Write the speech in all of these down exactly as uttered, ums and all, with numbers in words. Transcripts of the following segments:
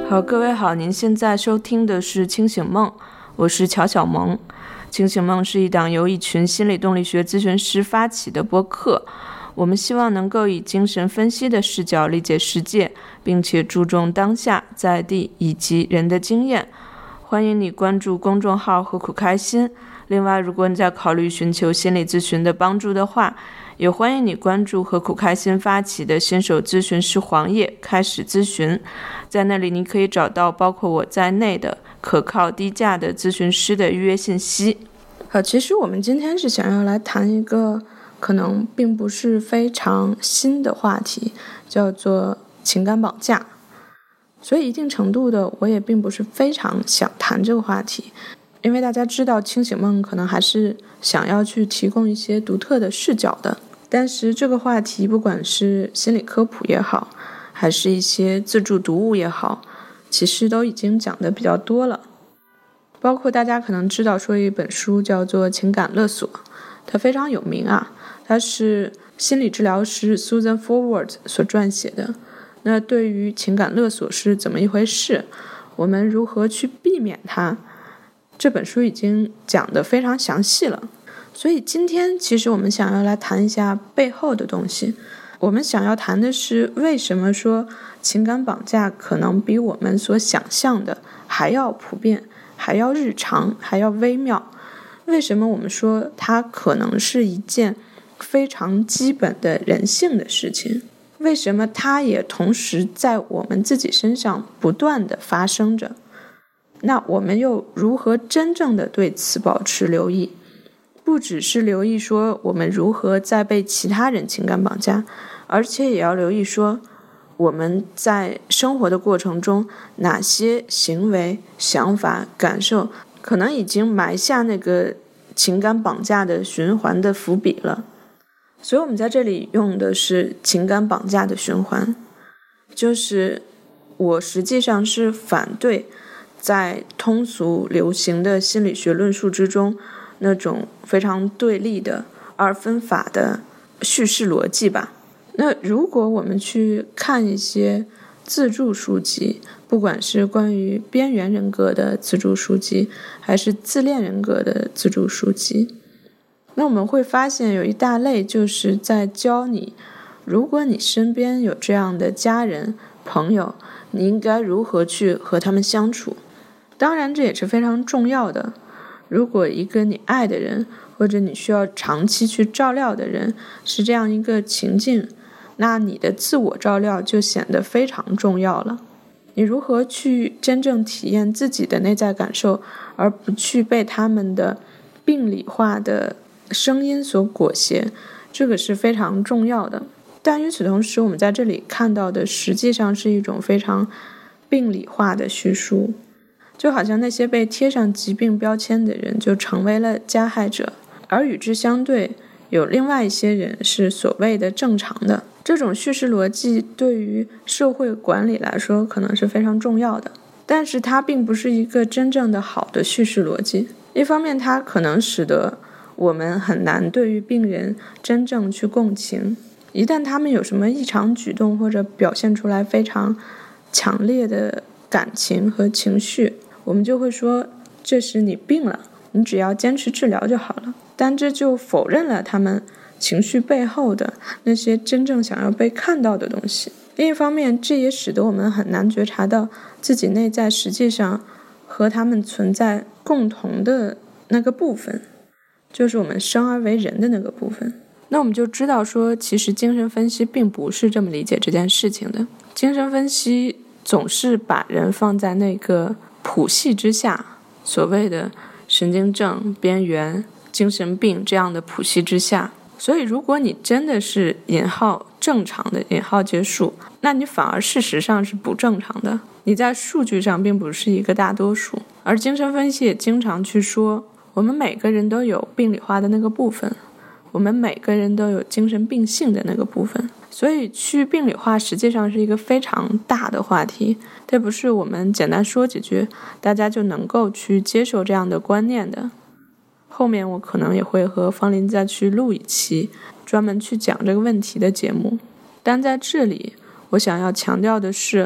好，各位好，您现在收听的是清醒梦，我是乔小萌。清醒梦是一档由一群心理动力学咨询师发起的播客，我们希望能够以精神分析的视角理解世界，并且注重当下、在地以及人的经验。欢迎你关注公众号何苦开心。另外，如果你在考虑寻求心理咨询的帮助的话，也欢迎你关注何苦开心发起的新手咨询师黄页开始咨询，在那里你可以找到包括我在内的可靠低价的咨询师的预约信息。 好，其实我们今天是想要来谈一个可能并不是非常新的话题，叫做情感绑架。所以一定程度的我也并不是非常想谈这个话题，因为大家知道清醒梦可能还是想要去提供一些独特的视角的。但是这个话题不管是心理科普也好，还是一些自助读物也好，其实都已经讲得比较多了。包括大家可能知道说一本书叫做《情感勒索》，它非常有名啊，它是心理治疗师 Susan Forward 所撰写的。那对于情感勒索是怎么一回事，我们如何去避免它，这本书已经讲得非常详细了。所以今天其实我们想要来谈一下背后的东西。我们想要谈的是为什么说情感绑架可能比我们所想象的还要普遍，还要日常，还要微妙。为什么我们说它可能是一件非常基本的人性的事情？为什么它也同时在我们自己身上不断的发生着？那我们又如何真正的对此保持留意？不只是留意说我们如何在被其他人情感绑架，而且也要留意说我们在生活的过程中哪些行为、想法、感受可能已经埋下那个情感绑架的循环的伏笔了。所以我们在这里用的是情感绑架的循环，就是我实际上是反对在通俗流行的心理学论述之中那种非常对立的二分法的叙事逻辑吧。那如果我们去看一些自助书籍，不管是关于边缘人格的自助书籍，还是自恋人格的自助书籍，那我们会发现有一大类就是在教你，如果你身边有这样的家人、朋友，你应该如何去和他们相处。当然这也是非常重要的，如果一个你爱的人，或者你需要长期去照料的人是这样一个情境，那你的自我照料就显得非常重要了。你如何去真正体验自己的内在感受，而不去被他们的病理化的声音所裹挟，这个是非常重要的。但与此同时，我们在这里看到的实际上是一种非常病理化的叙述，就好像那些被贴上疾病标签的人就成为了加害者，而与之相对，有另外一些人是所谓的正常的。这种叙事逻辑对于社会管理来说可能是非常重要的，但是它并不是一个真正的好的叙事逻辑。一方面它可能使得我们很难对于病人真正去共情，一旦他们有什么异常举动或者表现出来非常强烈的感情和情绪，我们就会说这是你病了，你只要坚持治疗就好了。但这就否认了他们情绪背后的那些真正想要被看到的东西。另一方面，这也使得我们很难觉察到自己内在实际上和他们存在共同的那个部分，就是我们生而为人的那个部分。那我们就知道说，其实精神分析并不是这么理解这件事情的。精神分析总是把人放在那个谱系之下，所谓的神经症、边缘、精神病这样的谱系之下。所以如果你真的是引号正常的引号结束，那你反而事实上是不正常的，你在数据上并不是一个大多数。而精神分析也经常去说，我们每个人都有病理化的那个部分，我们每个人都有精神病性的那个部分。所以去病理化实际上是一个非常大的话题，这不是我们简单说几句大家就能够去接受这样的观念的。后面我可能也会和方林再去录一期专门去讲这个问题的节目。但在这里我想要强调的是，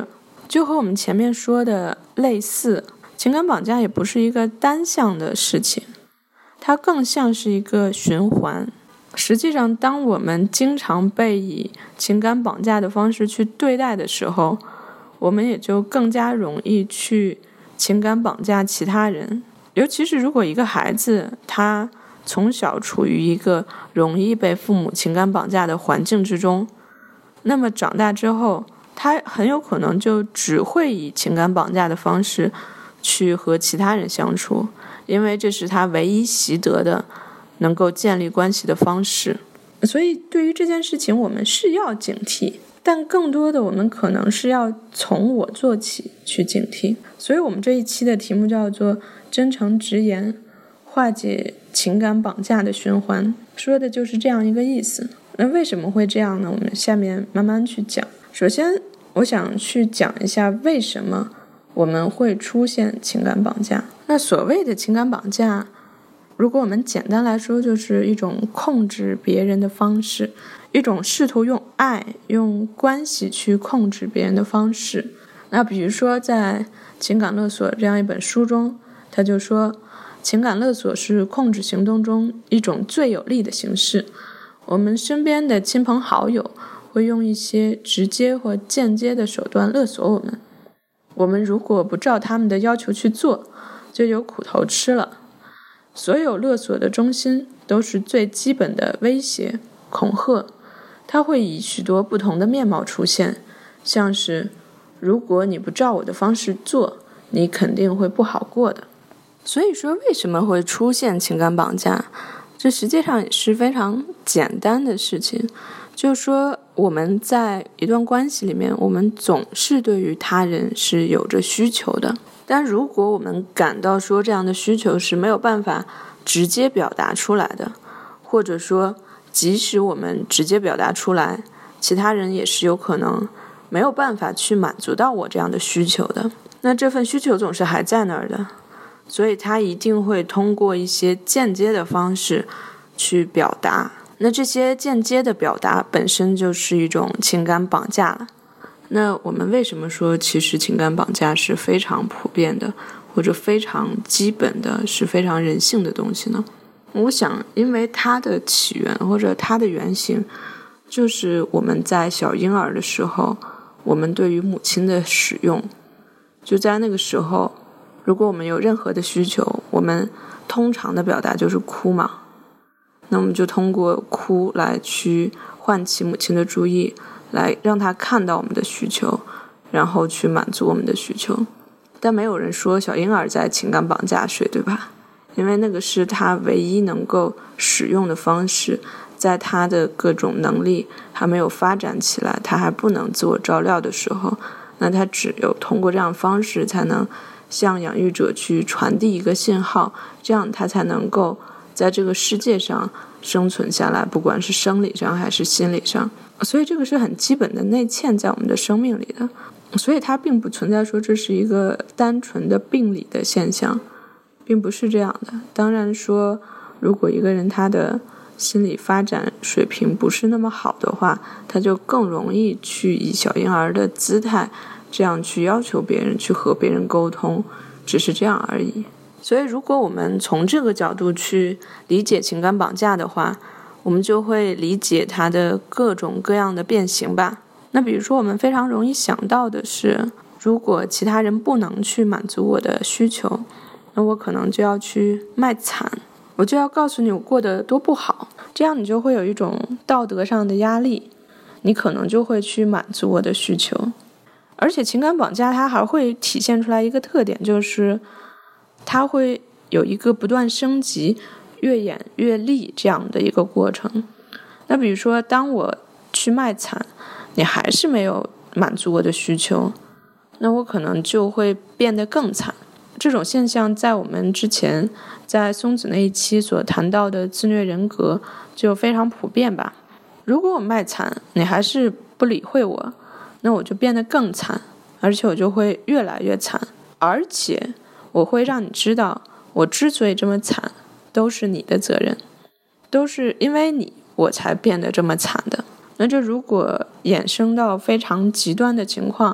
就和我们前面说的类似，情感绑架也不是一个单向的事情，它更像是一个循环。实际上，当我们经常被以情感绑架的方式去对待的时候，我们也就更加容易去情感绑架其他人。尤其是如果一个孩子他从小处于一个容易被父母情感绑架的环境之中，那么长大之后他很有可能就只会以情感绑架的方式去和其他人相处，因为这是他唯一习得的能够建立关系的方式。所以对于这件事情我们是要警惕，但更多的我们可能是要从我做起去警惕。所以我们这一期的题目叫做真诚直言，化解情感绑架的循环，说的就是这样一个意思。那为什么会这样呢？我们下面慢慢去讲。首先我想去讲一下为什么我们会出现情感绑架。那所谓的情感绑架，如果我们简单来说，就是一种控制别人的方式，一种试图用爱用关系去控制别人的方式。那比如说在情感勒索这样一本书中，他就说情感勒索是控制行动中一种最有力的形式。我们身边的亲朋好友会用一些直接或间接的手段勒索我们，我们如果不照他们的要求去做，就有苦头吃了。所有勒索的中心都是最基本的威胁、恐吓，它会以许多不同的面貌出现，像是如果你不照我的方式做，你肯定会不好过的。所以说为什么会出现情感绑架，这实际上也是非常简单的事情。就是说我们在一段关系里面，我们总是对于他人是有着需求的，但如果我们感到说这样的需求是没有办法直接表达出来的，或者说即使我们直接表达出来，其他人也是有可能没有办法去满足到我这样的需求的，那这份需求总是还在那儿的，所以他一定会通过一些间接的方式去表达。那这些间接的表达本身就是一种情感绑架了。那我们为什么说其实情感绑架是非常普遍的，或者非常基本的，是非常人性的东西呢？我想因为它的起源或者它的原型就是我们在小婴儿的时候，我们对于母亲的使用。就在那个时候，如果我们有任何的需求，我们通常的表达就是哭嘛，那我们就通过哭来去唤起母亲的注意，来让她看到我们的需求，然后去满足我们的需求。但没有人说小婴儿在情感绑架谁，对吧？因为那个是他唯一能够使用的方式，在他的各种能力还没有发展起来，他还不能自我照料的时候，那他只有通过这样的方式才能向养育者去传递一个信号，这样他才能够在这个世界上生存下来，不管是生理上还是心理上。所以这个是很基本的内嵌在我们的生命里的，所以它并不存在说这是一个单纯的病理的现象，并不是这样的。当然说如果一个人他的心理发展水平不是那么好的话，他就更容易去以小婴儿的姿态这样去要求别人，去和别人沟通，只是这样而已。所以如果我们从这个角度去理解情感绑架的话，我们就会理解它的各种各样的变形吧。那比如说我们非常容易想到的是，如果其他人不能去满足我的需求，那我可能就要去卖惨，我就要告诉你我过得多不好，这样你就会有一种道德上的压力，你可能就会去满足我的需求。而且情感绑架它还会体现出来一个特点，就是它会有一个不断升级、越演越厉这样的一个过程。那比如说当我去卖惨，你还是没有满足我的需求，那我可能就会变得更惨。这种现象在我们之前在松子那一期所谈到的自虐人格就非常普遍吧。如果我卖惨，你还是不理会我，那我就变得更惨，而且我就会越来越惨，而且我会让你知道，我之所以这么惨，都是你的责任，都是因为你我才变得这么惨的。那这如果衍生到非常极端的情况，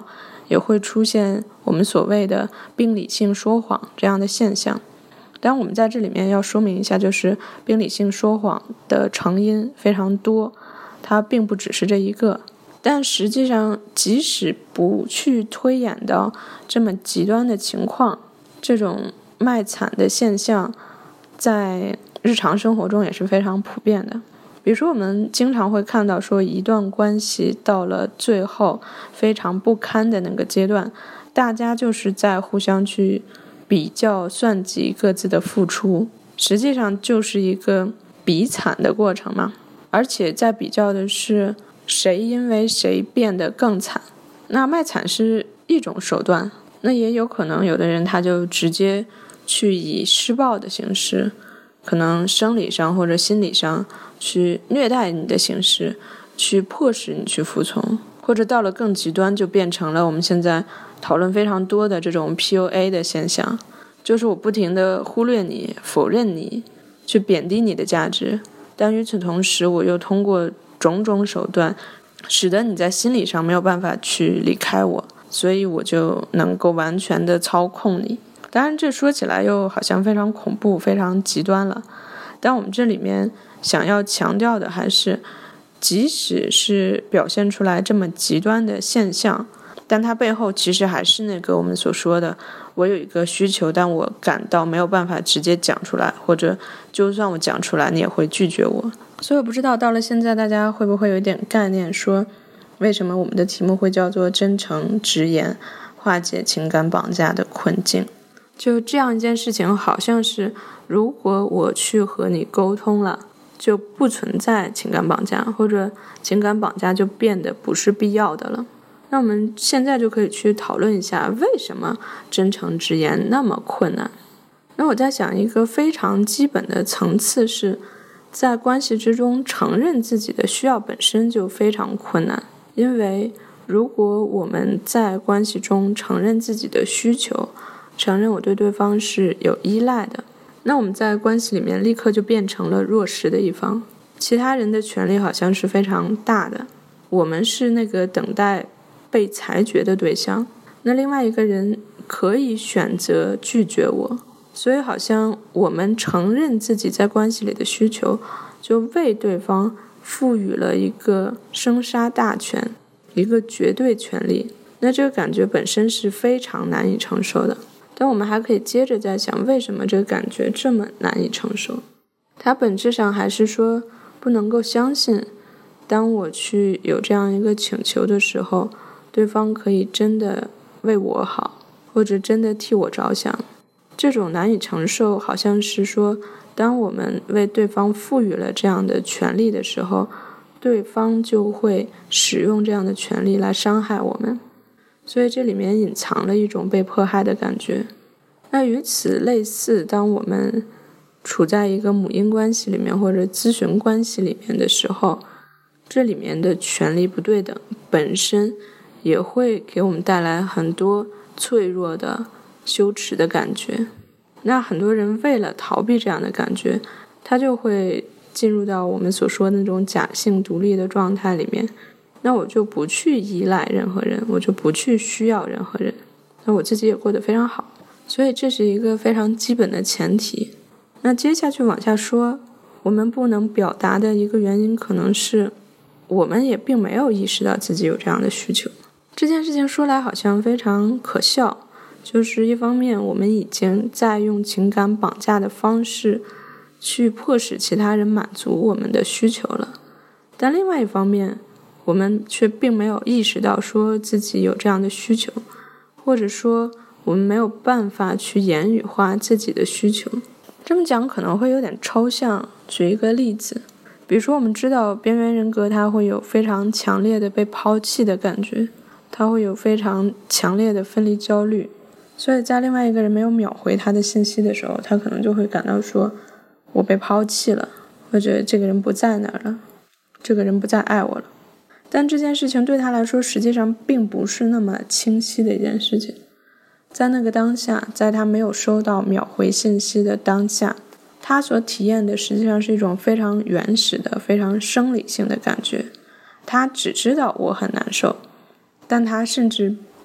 也会出现我们所谓的病理性说谎这样的现象。当然我们在这里面要说明一下，就是病理性说谎的成因非常多，它并不只是这一个。但实际上即使不去推演到这么极端的情况，这种卖惨的现象在日常生活中也是非常普遍的。比如说我们经常会看到说，一段关系到了最后非常不堪的那个阶段，大家就是在互相去比较算计各自的付出，实际上就是一个比惨的过程嘛。而且在比较的是谁因为谁变得更惨。那卖惨是一种手段，那也有可能有的人他就直接去以施暴的形式，可能生理上或者心理上去虐待你的形式，去迫使你去服从，或者到了更极端就变成了我们现在讨论非常多的这种 P U A 的现象，就是我不停地忽略你，否认你，去贬低你的价值，但与此同时我又通过种种手段使得你在心理上没有办法去离开我，所以我就能够完全的操控你。当然这说起来又好像非常恐怖，非常极端了，但我们这里面想要强调的还是，即使是表现出来这么极端的现象，但它背后其实还是那个我们所说的，我有一个需求，但我感到没有办法直接讲出来，或者就算我讲出来你也会拒绝我。所以我不知道到了现在大家会不会有一点概念，说为什么我们的题目会叫做真诚直言化解情感绑架的困境。就这样一件事情，好像是如果我去和你沟通了，就不存在情感绑架，或者情感绑架就变得不是必要的了。那我们现在就可以去讨论一下，为什么真诚直言那么困难。那我在想，一个非常基本的层次是，在关系之中承认自己的需要本身就非常困难。因为如果我们在关系中承认自己的需求，承认我对对方是有依赖的，那我们在关系里面立刻就变成了弱势的一方，其他人的权利好像是非常大的，我们是那个等待被裁决的对象，那另外一个人可以选择拒绝我，所以好像我们承认自己在关系里的需求，就为对方赋予了一个生杀大权，一个绝对权利，那这个感觉本身是非常难以承受的。但我们还可以接着再想，为什么这个感觉这么难以承受？它本质上还是说不能够相信，当我去有这样一个请求的时候，对方可以真的为我好，或者真的替我着想。这种难以承受好像是说，当我们为对方赋予了这样的权利的时候，对方就会使用这样的权利来伤害我们，所以这里面隐藏了一种被迫害的感觉。那与此类似，当我们处在一个母婴关系里面或者咨询关系里面的时候，这里面的权利不对等本身也会给我们带来很多脆弱的羞耻的感觉。那很多人为了逃避这样的感觉，他就会进入到我们所说的那种假性独立的状态里面，那我就不去依赖任何人，我就不去需要任何人，那我自己也过得非常好。所以这是一个非常基本的前提。那接下去往下说，我们不能表达的一个原因可能是我们也并没有意识到自己有这样的需求。这件事情说来好像非常可笑，就是一方面我们已经在用情感绑架的方式去迫使其他人满足我们的需求了，但另外一方面我们却并没有意识到说自己有这样的需求，或者说我们没有办法去言语化自己的需求。这么讲可能会有点抽象，举一个例子，比如说我们知道边缘人格它会有非常强烈的被抛弃的感觉，它会有非常强烈的分离焦虑，所以在另外一个人没有秒回他的信息的时候，他可能就会感到说我被抛弃了，或者这个人不在那儿了，这个人不再爱我了。但这件事情对他来说实际上并不是那么清晰的一件事情。在那个当下，在他没有收到秒回信息的当下，他所体验的实际上是一种非常原始的非常生理性的感觉。他只知道我很难受，但他甚至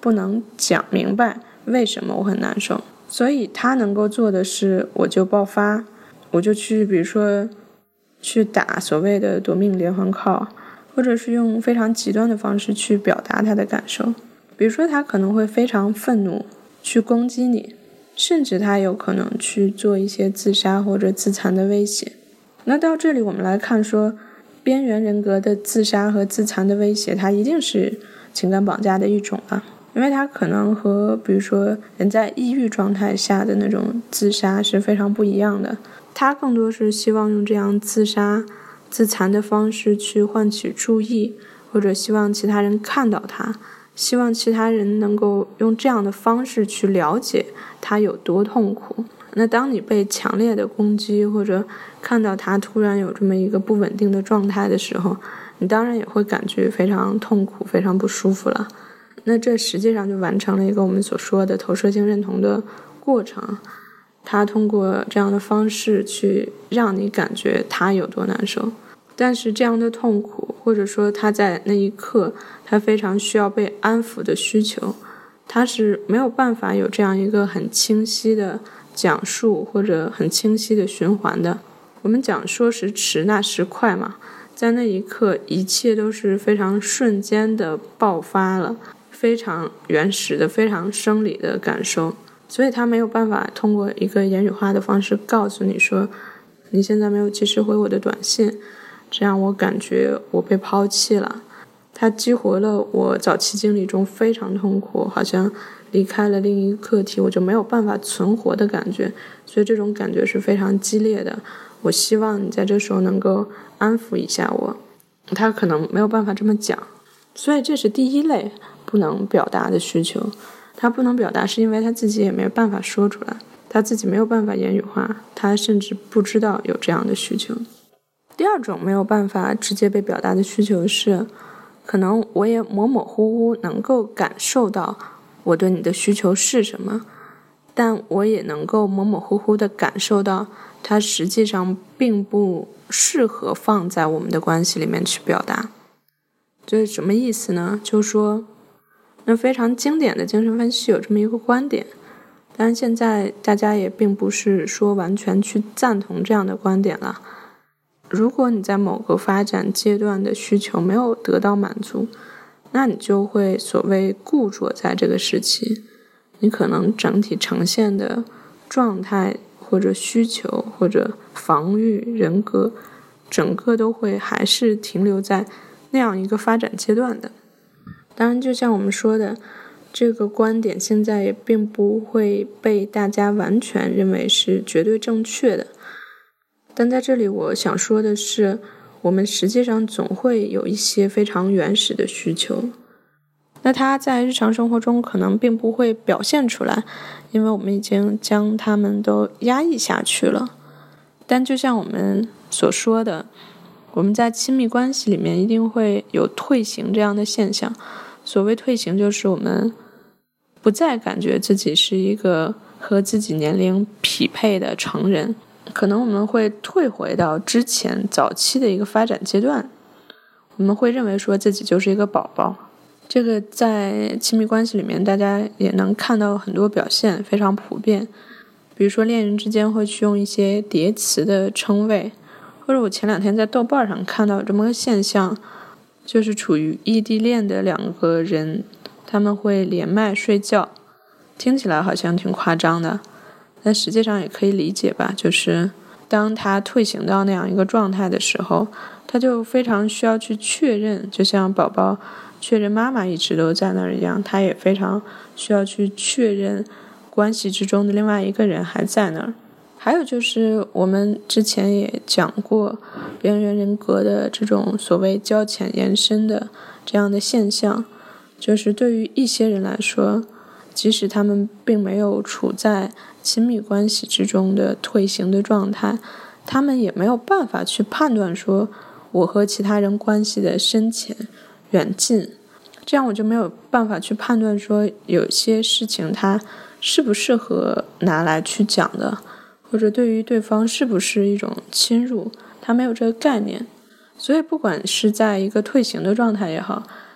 不能讲明白为什么我很难受，所以他能够做的是我就爆发，我就去比如说去打所谓的夺命连环 call， 或者是用非常极端的方式去表达他的感受。比如说他可能会非常愤怒去攻击你，甚至他有可能去做一些自杀或者自残的威胁。那到这里我们来看说，边缘人格的自杀和自残的威胁，它一定是情感绑架的一种了，因为它可能和比如说人在抑郁状态下的那种自杀是非常不一样的。他更多是希望用这样自杀自残的方式去唤起注意，或者希望其他人看到他，希望其他人能够用这样的方式去了解他有多痛苦。那当你被强烈的攻击，或者看到他突然有这么一个不稳定的状态的时候，你当然也会感觉非常痛苦，非常不舒服了。那这实际上就完成了一个我们所说的投射性认同的过程，他通过这样的方式去让你感觉他有多难受。但是这样的痛苦，或者说他在那一刻他非常需要被安抚的需求，他是没有办法有这样一个很清晰的讲述或者很清晰的循环的。我们讲说时迟那时快嘛，在那一刻一切都是非常瞬间的爆发了，非常原始的非常生理的感受，所以他没有办法通过一个言语化的方式告诉你说，你现在没有及时回我的短信，这样我感觉我被抛弃了。它激活了我早期经历中非常痛苦，好像离开了另一个课题我就没有办法存活的感觉，所以这种感觉是非常激烈的。我希望你在这时候能够安抚一下我。他可能没有办法这么讲，所以这是第一类不能表达的需求。他不能表达是因为他自己也没有办法说出来，他自己没有办法言语化，他甚至不知道有这样的需求。第二种没有办法直接被表达的需求是，可能我也模模糊糊能够感受到我对你的需求是什么，但我也能够模模糊糊地感受到它实际上并不适合放在我们的关系里面去表达。这是什么意思呢？就是说，那非常经典的精神分析有这么一个观点，但是现在大家也并不是说完全去赞同这样的观点了。如果你在某个发展阶段的需求没有得到满足，那你就会所谓固着在这个时期，你可能整体呈现的状态或者需求或者防御人格，整个都会还是停留在那样一个发展阶段的。当然就像我们说的，这个观点现在也并不会被大家完全认为是绝对正确的，但在这里我想说的是，我们实际上总会有一些非常原始的需求，那它在日常生活中可能并不会表现出来，因为我们已经将它们都压抑下去了。但就像我们所说的，我们在亲密关系里面一定会有退行这样的现象。所谓退行，就是我们不再感觉自己是一个和自己年龄匹配的成人，可能我们会退回到之前早期的一个发展阶段，我们会认为说自己就是一个宝宝。这个在亲密关系里面大家也能看到很多表现，非常普遍。比如说恋人之间会去用一些叠词的称谓，或者我前两天在豆瓣上看到有这么个现象，就是处于异地恋的两个人，他们会连麦睡觉，听起来好像挺夸张的，但实际上也可以理解吧，就是当他退行到那样一个状态的时候，他就非常需要去确认，就像宝宝确认妈妈一直都在那儿一样，他也非常需要去确认关系之中的另外一个人还在那儿。还有就是我们之前也讲过边缘人格的这种所谓交浅延伸的这样的现象，就是对于一些人来说，即使他们并没有处在亲密关系之中的退行的状态，他们也没有办法去判断说我和其他人关系的深浅远近，这样我就没有办法去判断说有些事情它适不适合拿来去讲的，或者对于对方是不是一种侵入，他没有这个概念。所以不管是在一个退行的状态也好，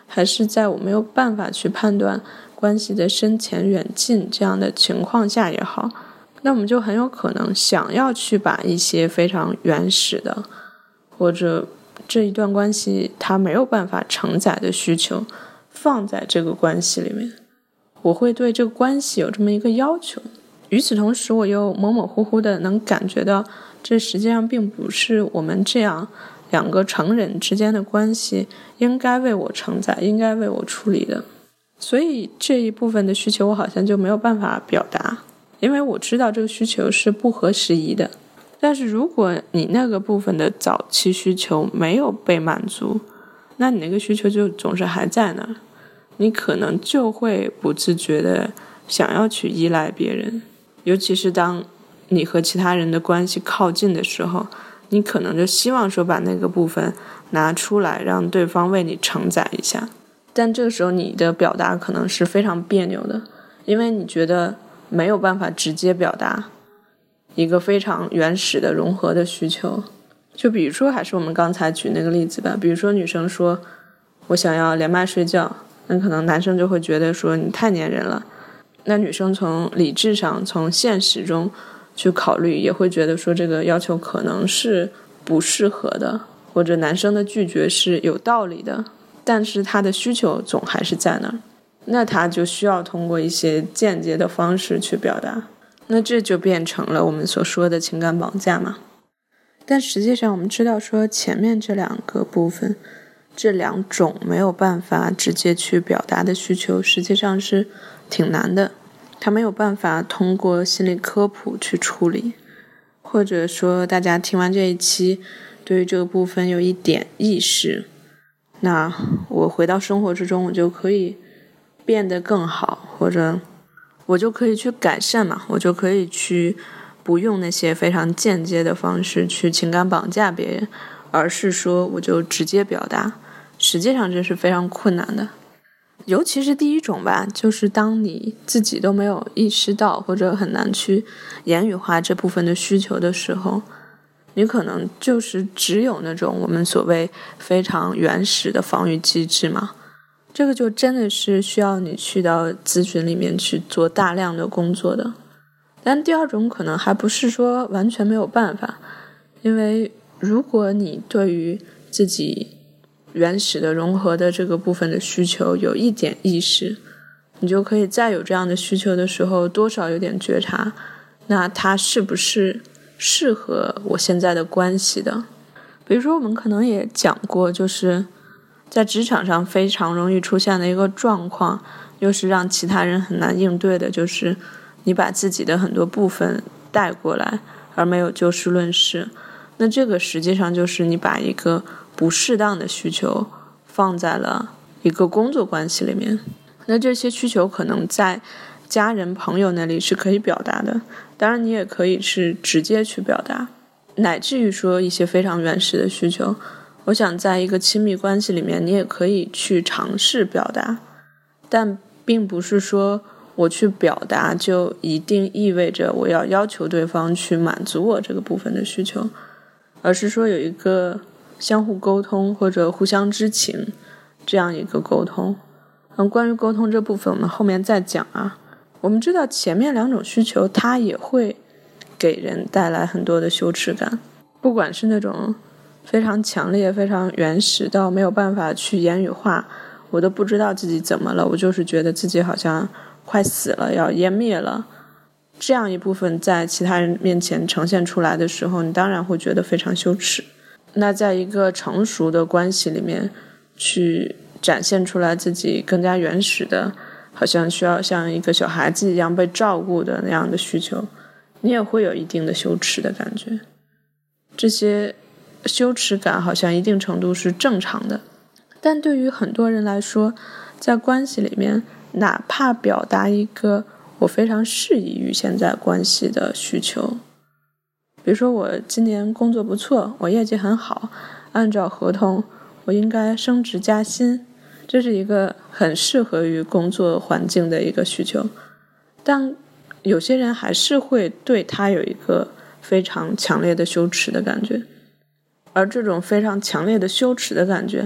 还是在我没有办法去判断关系的深浅远近这样的情况下也好，那我们就很有可能想要去把一些非常原始的，或者这一段关系它没有办法承载的需求放在这个关系里面。我会对这个关系有这么一个要求，与此同时我又模模糊糊的能感觉到这实际上并不是我们这样两个成人之间的关系应该为我承载应该为我处理的。所以这一部分的需求我好像就没有办法表达，因为我知道这个需求是不合时宜的。但是如果你那个部分的早期需求没有被满足，那你那个需求就总是还在那儿，你可能就会不自觉的想要去依赖别人，尤其是当你和其他人的关系靠近的时候，你可能就希望说把那个部分拿出来让对方为你承载一下，但这个时候你的表达可能是非常别扭的，因为你觉得没有办法直接表达一个非常原始的融合的需求。就比如说还是我们刚才举那个例子吧，比如说女生说我想要连麦睡觉，那可能男生就会觉得说你太粘人了，那女生从理智上从现实中去考虑也会觉得说这个要求可能是不适合的，或者男生的拒绝是有道理的，但是他的需求总还是在那儿，那他就需要通过一些间接的方式去表达，那这就变成了我们所说的情感绑架嘛。但实际上我们知道说前面这两个部分，这两种没有办法直接去表达的需求实际上是挺难的，它没有办法通过心理科普去处理，或者说大家听完这一期对于这个部分有一点意识，那我回到生活之中我就可以变得更好，或者我就可以去改善嘛，我就可以去不用那些非常间接的方式去情感绑架别人，而是说我就直接表达，实际上这是非常困难的。尤其是第一种吧，就是当你自己都没有意识到或者很难去言语化这部分的需求的时候，你可能就是只有那种我们所谓非常原始的防御机制嘛，这个就真的是需要你去到咨询里面去做大量的工作的。但第二种可能还不是说完全没有办法，因为如果你对于自己原始的融合的这个部分的需求有一点意识，你就可以在有这样的需求的时候多少有点觉察，那它是不是适合我现在的关系的。比如说我们可能也讲过，就是在职场上非常容易出现的一个状况，又是让其他人很难应对的，就是你把自己的很多部分带过来而没有就事论事，那这个实际上就是你把一个不适当的需求放在了一个工作关系里面。那这些需求可能在家人朋友那里是可以表达的，当然你也可以是直接去表达，乃至于说一些非常原始的需求，我想在一个亲密关系里面你也可以去尝试表达，但并不是说我去表达就一定意味着我要要求对方去满足我这个部分的需求，而是说有一个相互沟通或者互相知情这样一个沟通。嗯，关于沟通这部分我们后面再讲啊。我们知道前面两种需求它也会给人带来很多的羞耻感，不管是那种非常强烈非常原始到没有办法去言语化，我都不知道自己怎么了，我就是觉得自己好像快死了要湮灭了，这样一部分在其他人面前呈现出来的时候，你当然会觉得非常羞耻。那在一个成熟的关系里面去展现出来自己更加原始的，好像需要像一个小孩子一样被照顾的那样的需求，你也会有一定的羞耻的感觉。这些羞耻感好像一定程度是正常的，但对于很多人来说，在关系里面哪怕表达一个我非常适宜于现在关系的需求，比如说我今年工作不错，我业绩很好，按照合同我应该升职加薪，这是一个很适合于工作环境的一个需求，但有些人还是会对他有一个非常强烈的羞耻的感觉，而这种非常强烈的羞耻的感觉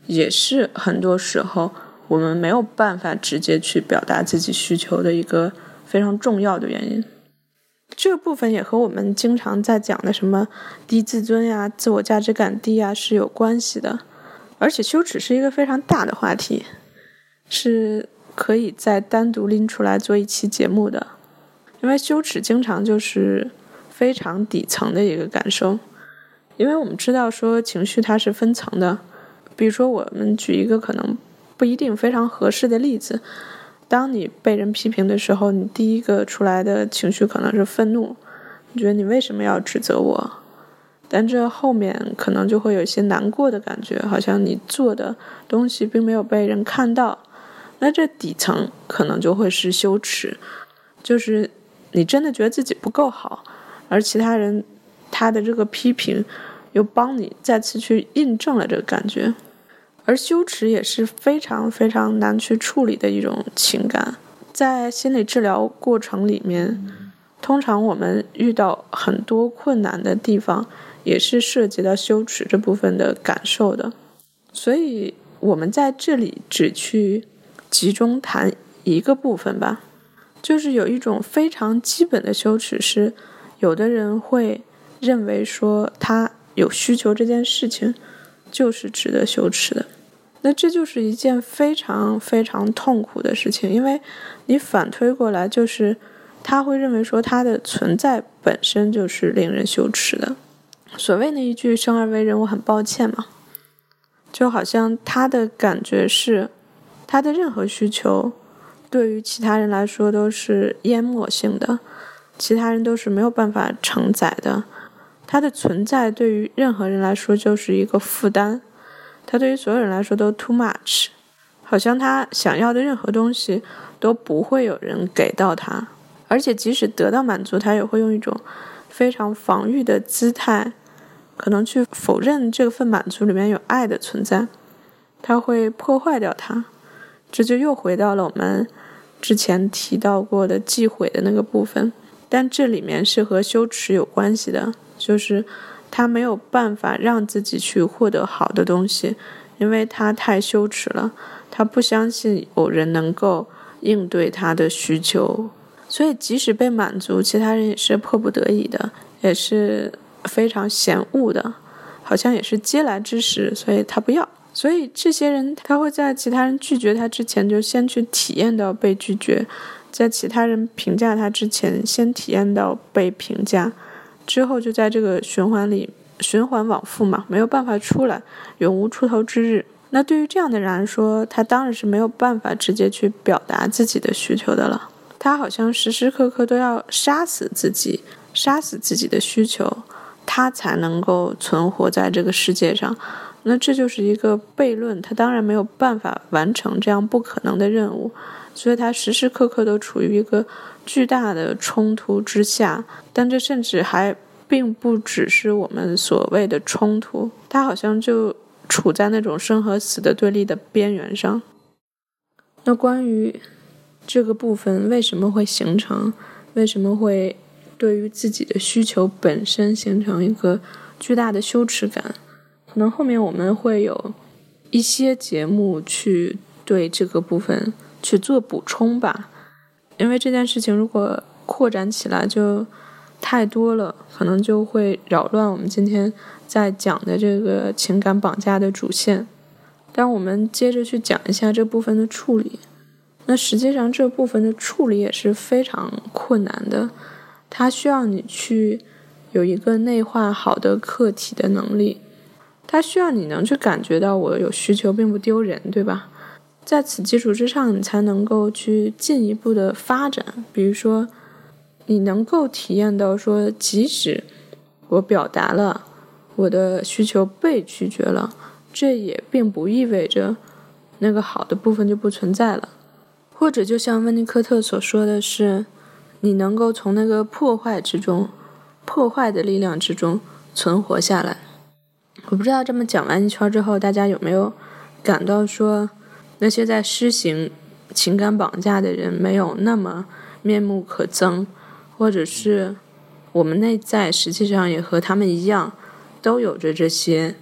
也是很多时候我们没有办法直接去表达自己需求的一个非常重要的原因。这个部分也和我们经常在讲的什么低自尊呀、自我价值感低呀是有关系的。而且羞耻是一个非常大的话题，是可以再单独拎出来做一期节目的。因为羞耻经常就是非常底层的一个感受，因为我们知道说情绪它是分层的。比如说我们举一个可能不一定非常合适的例子，当你被人批评的时候，你第一个出来的情绪可能是愤怒，你觉得你为什么要指责我，但这后面可能就会有一些难过的感觉，好像你做的东西并没有被人看到。那这底层可能就会是羞耻，就是你真的觉得自己不够好，而其他人他的这个批评又帮你再次去印证了这个感觉。而羞耻也是非常非常难去处理的一种情感。在心理治疗过程里面，通常我们遇到很多困难的地方也是涉及到羞耻这部分的感受的。所以我们在这里只去集中谈一个部分吧，就是有一种非常基本的羞耻，是有的人会认为说他有需求这件事情就是值得羞耻的。那这就是一件非常非常痛苦的事情，因为你反推过来，就是他会认为说他的存在本身就是令人羞耻的。所谓那一句生而为人我很抱歉嘛，就好像他的感觉是他的任何需求对于其他人来说都是淹没性的，其他人都是没有办法承载的，他的存在对于任何人来说就是一个负担，他对于所有人来说都 too much， 好像他想要的任何东西都不会有人给到他，而且即使得到满足，他也会用一种非常防御的姿态可能去否认这份满足里面有爱的存在，他会破坏掉它。这就又回到了我们之前提到过的忌讳的那个部分，但这里面是和羞耻有关系的，就是他没有办法让自己去获得好的东西，因为他太羞耻了，他不相信有人能够应对他的需求，所以即使被满足，其他人也是迫不得已的，也是非常嫌恶的，好像也是嗟来之食，所以他不要。所以这些人他会在其他人拒绝他之前就先去体验到被拒绝，在其他人评价他之前先体验到被评价，之后就在这个循环里循环往复嘛，没有办法出来，永无出头之日。那对于这样的人来说，他当然是没有办法直接去表达自己的需求的了，他好像时时刻刻都要杀死自己，杀死自己的需求，他才能够存活在这个世界上。那这就是一个悖论，他当然没有办法完成这样不可能的任务，所以他时时刻刻都处于一个巨大的冲突之下。但这甚至还并不只是我们所谓的冲突，他好像就处在那种生和死的对立的边缘上。那关于这个部分为什么会形成，为什么会对于自己的需求本身形成一个巨大的羞耻感，可能后面我们会有一些节目去对这个部分去做补充吧，因为这件事情如果扩展起来就太多了，可能就会扰乱我们今天在讲的这个情感绑架的主线。但我们接着去讲一下这部分的处理。那实际上这部分的处理也是非常困难的，它需要你去有一个内化好的客体的能力，它需要你能去感觉到我有需求并不丢人，对吧？在此基础之上，你才能够去进一步的发展。比如说你能够体验到说，即使我表达了我的需求被拒绝了，这也并不意味着那个好的部分就不存在了。或者就像温尼科特所说的是，你能够从那个破坏之中，破坏的力量之中存活下来。我不知道这么讲完一圈之后，大家有没有感到说，那些在施行情感绑架的人没有那么面目可憎，或者是我们内在实际上也和他们一样，都有着这些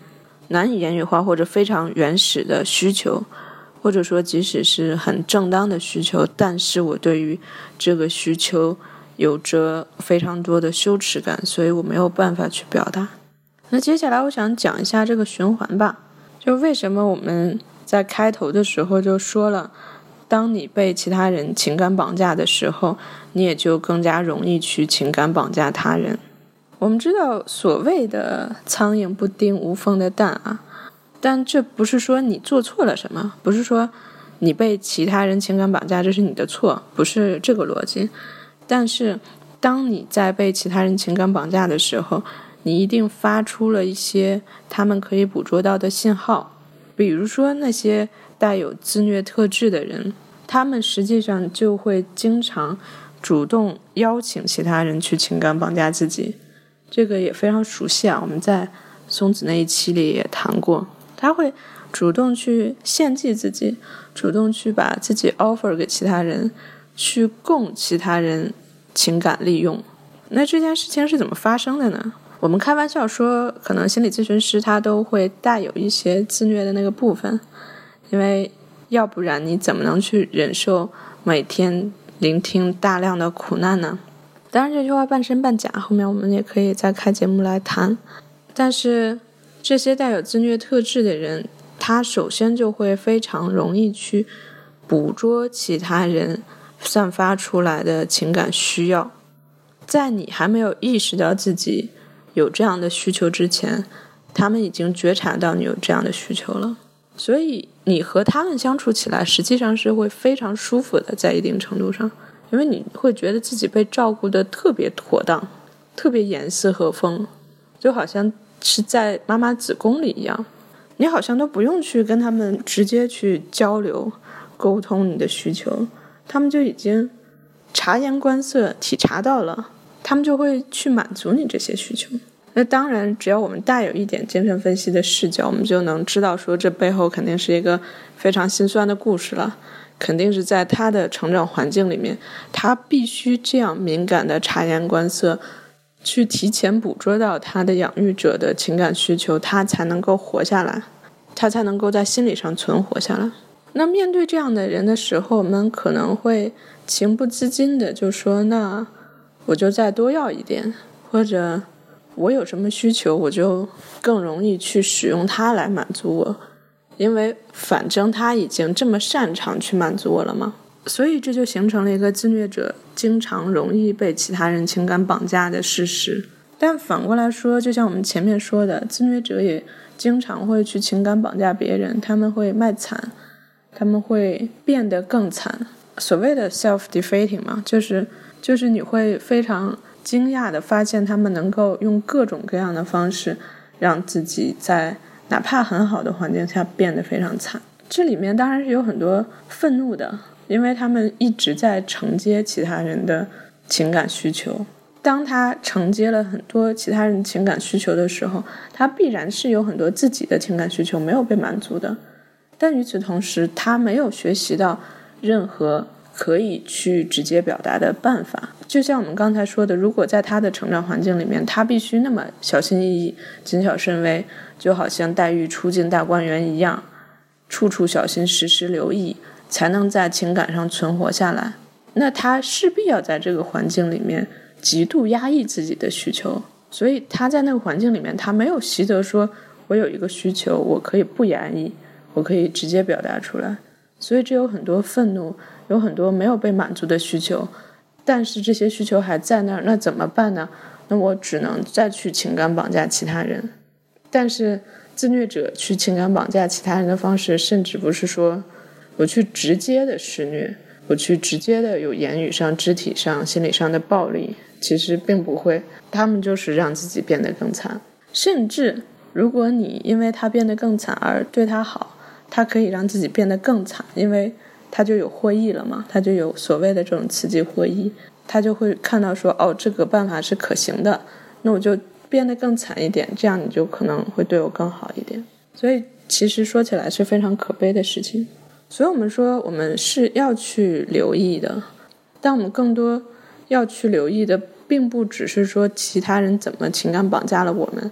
难以言语化或者非常原始的需求，或者说即使是很正当的需求，但是我对于这个需求有着非常多的羞耻感，所以我没有办法去表达。那接下来我想讲一下这个循环吧，就为什么我们在开头的时候就说了，当你被其他人情感绑架的时候，你也就更加容易去情感绑架他人。我们知道所谓的苍蝇不叮无缝的蛋啊，但这不是说你做错了什么，不是说你被其他人情感绑架这是你的错，不是这个逻辑。但是当你在被其他人情感绑架的时候，你一定发出了一些他们可以捕捉到的信号。比如说那些带有自虐特质的人，他们实际上就会经常主动邀请其他人去情感绑架自己，这个也非常熟悉啊，我们在松子那一期里也谈过。他会主动去献祭自己，主动去把自己 offer 给其他人，去供其他人情感利用。那这件事情是怎么发生的呢？我们开玩笑说，可能心理咨询师他都会带有一些自虐的那个部分，因为要不然你怎么能去忍受每天聆听大量的苦难呢？当然这句话半真半假，后面我们也可以再开节目来谈。但是这些带有自虐特质的人，他首先就会非常容易去捕捉其他人散发出来的情感需要，在你还没有意识到自己有这样的需求之前，他们已经觉察到你有这样的需求了。所以你和他们相处起来实际上是会非常舒服的，在一定程度上，因为你会觉得自己被照顾得特别妥当，特别严丝合缝，就好像是在妈妈子宫里一样，你好像都不用去跟他们直接去交流沟通你的需求，他们就已经察言观色体察到了，他们就会去满足你这些需求。那当然只要我们带有一点精神分析的视角，我们就能知道说这背后肯定是一个非常心酸的故事了，肯定是在他的成长环境里面，他必须这样敏感的察言观色，去提前捕捉到他的养育者的情感需求，他才能够活下来，他才能够在心理上存活下来。那面对这样的人的时候，我们可能会情不自禁的就说，那我就再多要一点，或者我有什么需求我就更容易去使用它来满足我，因为反正他已经这么擅长去满足我了嘛。所以这就形成了一个自虐者经常容易被其他人情感绑架的事实。但反过来说，就像我们前面说的，自虐者也经常会去情感绑架别人，他们会卖惨，他们会变得更惨。所谓的 self-defeating 嘛，就是就是你会非常惊讶地发现他们能够用各种各样的方式让自己在哪怕很好的环境下变得非常惨。这里面当然是有很多愤怒的，因为他们一直在承接其他人的情感需求。当他承接了很多其他人情感需求的时候，他必然是有很多自己的情感需求没有被满足的，但与此同时他没有学习到任何可以去直接表达的办法。就像我们刚才说的，如果在他的成长环境里面，他必须那么小心翼翼谨小慎微，就好像黛玉初进大观园一样，处处小心时时留意，才能在情感上存活下来，那他势必要在这个环境里面极度压抑自己的需求。所以他在那个环境里面，他没有习得说我有一个需求我可以不压抑，我可以直接表达出来。所以这有很多愤怒，有很多没有被满足的需求，但是这些需求还在那儿，那怎么办呢？那我只能再去情感绑架其他人。但是自虐者去情感绑架其他人的方式，甚至不是说我去直接的施虐，我去直接的有言语上、肢体上、心理上的暴力，其实并不会，他们就是让自己变得更惨。甚至如果你因为他变得更惨而对他好，他可以让自己变得更惨，因为他就有获益了嘛，他就有所谓的这种刺激获益，他就会看到说，哦，这个办法是可行的，那我就变得更惨一点，这样你就可能会对我更好一点。所以其实说起来是非常可悲的事情。所以我们说我们是要去留意的，但我们更多要去留意的并不只是说其他人怎么情感绑架了我们，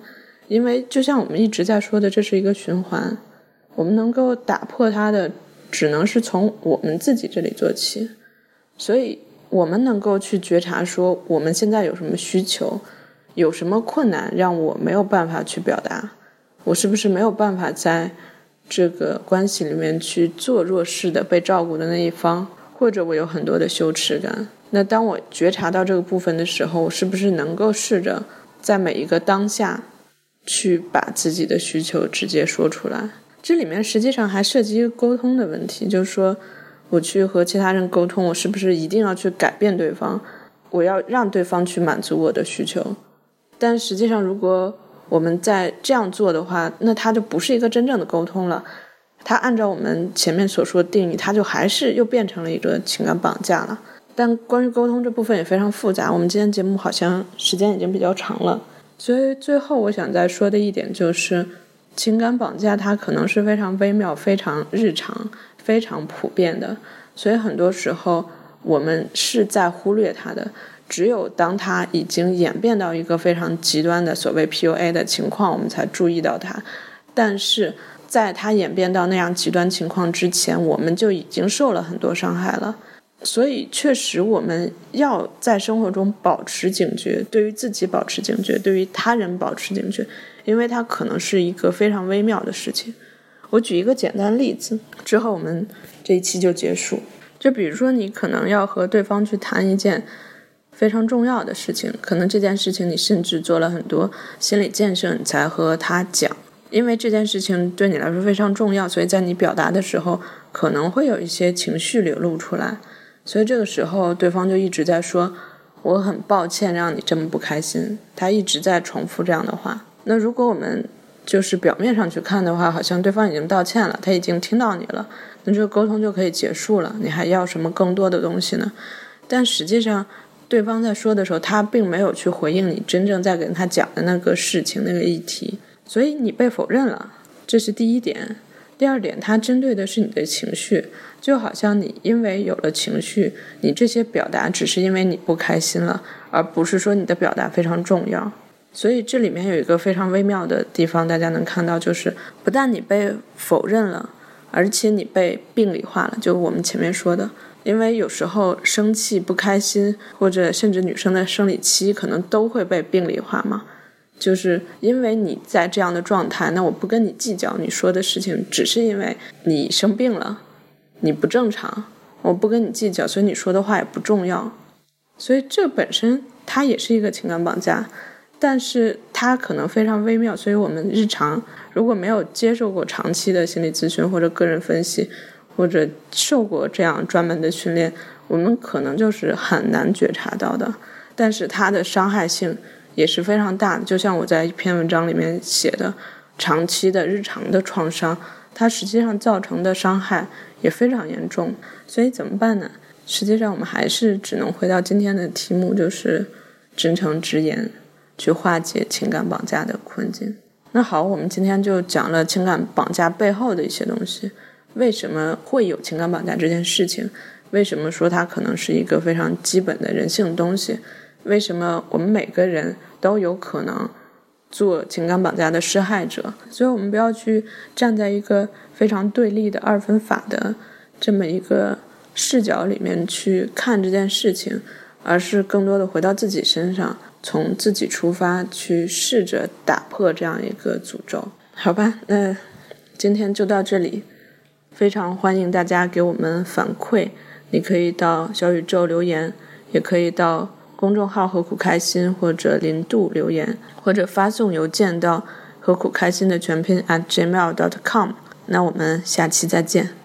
因为就像我们一直在说的，这是一个循环，我们能够打破它的只能是从我们自己这里做起。所以我们能够去觉察说我们现在有什么需求，有什么困难让我没有办法去表达，我是不是没有办法在这个关系里面去做弱势的被照顾的那一方，或者我有很多的羞耻感。那当我觉察到这个部分的时候，我是不是能够试着在每一个当下去把自己的需求直接说出来。这里面实际上还涉及一个沟通的问题，就是说我去和其他人沟通，我是不是一定要去改变对方，我要让对方去满足我的需求。但实际上如果我们在这样做的话，那它就不是一个真正的沟通了，它按照我们前面所说的定义，它就还是又变成了一个情感绑架了。但关于沟通这部分也非常复杂，我们今天节目好像时间已经比较长了，所以最后我想再说的一点就是情感绑架它可能是非常微妙、非常日常、非常普遍的，所以很多时候我们是在忽略它的，只有当它已经演变到一个非常极端的所谓 P U A 的情况，我们才注意到它。但是在它演变到那样极端情况之前，我们就已经受了很多伤害了。所以确实我们要在生活中保持警觉，对于自己保持警觉，对于他人保持警觉，因为它可能是一个非常微妙的事情。我举一个简单例子，之后我们这一期就结束。就比如说你可能要和对方去谈一件非常重要的事情，可能这件事情你甚至做了很多心理建设你才和他讲，因为这件事情对你来说非常重要，所以在你表达的时候可能会有一些情绪流露出来，所以这个时候对方就一直在说我很抱歉让你这么不开心，他一直在重复这样的话。那如果我们就是表面上去看的话，好像对方已经道歉了，他已经听到你了，那这个沟通就可以结束了，你还要什么更多的东西呢？但实际上对方在说的时候，他并没有去回应你真正在跟他讲的那个事情那个议题，所以你被否认了，这是第一点。第二点，它针对的是你的情绪，就好像你因为有了情绪，你这些表达只是因为你不开心了，而不是说你的表达非常重要。所以这里面有一个非常微妙的地方，大家能看到，就是不但你被否认了，而且你被病理化了，就我们前面说的。因为有时候生气不开心，或者甚至女生的生理期可能都会被病理化嘛，就是因为你在这样的状态，那我不跟你计较你说的事情，只是因为你生病了，你不正常，我不跟你计较，所以你说的话也不重要。所以这本身它也是一个情感绑架，但是它可能非常微妙，所以我们日常如果没有接受过长期的心理咨询或者个人分析，或者受过这样专门的训练，我们可能就是很难觉察到的。但是它的伤害性也是非常大的，就像我在一篇文章里面写的，长期的日常的创伤，它实际上造成的伤害也非常严重。所以怎么办呢？实际上我们还是只能回到今天的题目，就是真诚直言，去化解情感绑架的困境。那好，我们今天就讲了情感绑架背后的一些东西，为什么会有情感绑架这件事情，为什么说它可能是一个非常基本的人性的东西，为什么我们每个人都有可能做情感绑架的施害者。所以我们不要去站在一个非常对立的二分法的这么一个视角里面去看这件事情，而是更多的回到自己身上，从自己出发去试着打破这样一个诅咒。好吧，那今天就到这里，非常欢迎大家给我们反馈，你可以到小宇宙留言，也可以到公众号何苦开心或者零度留言，或者发送邮件到何苦开心的全拼 at gmail dot com。 那我们下期再见。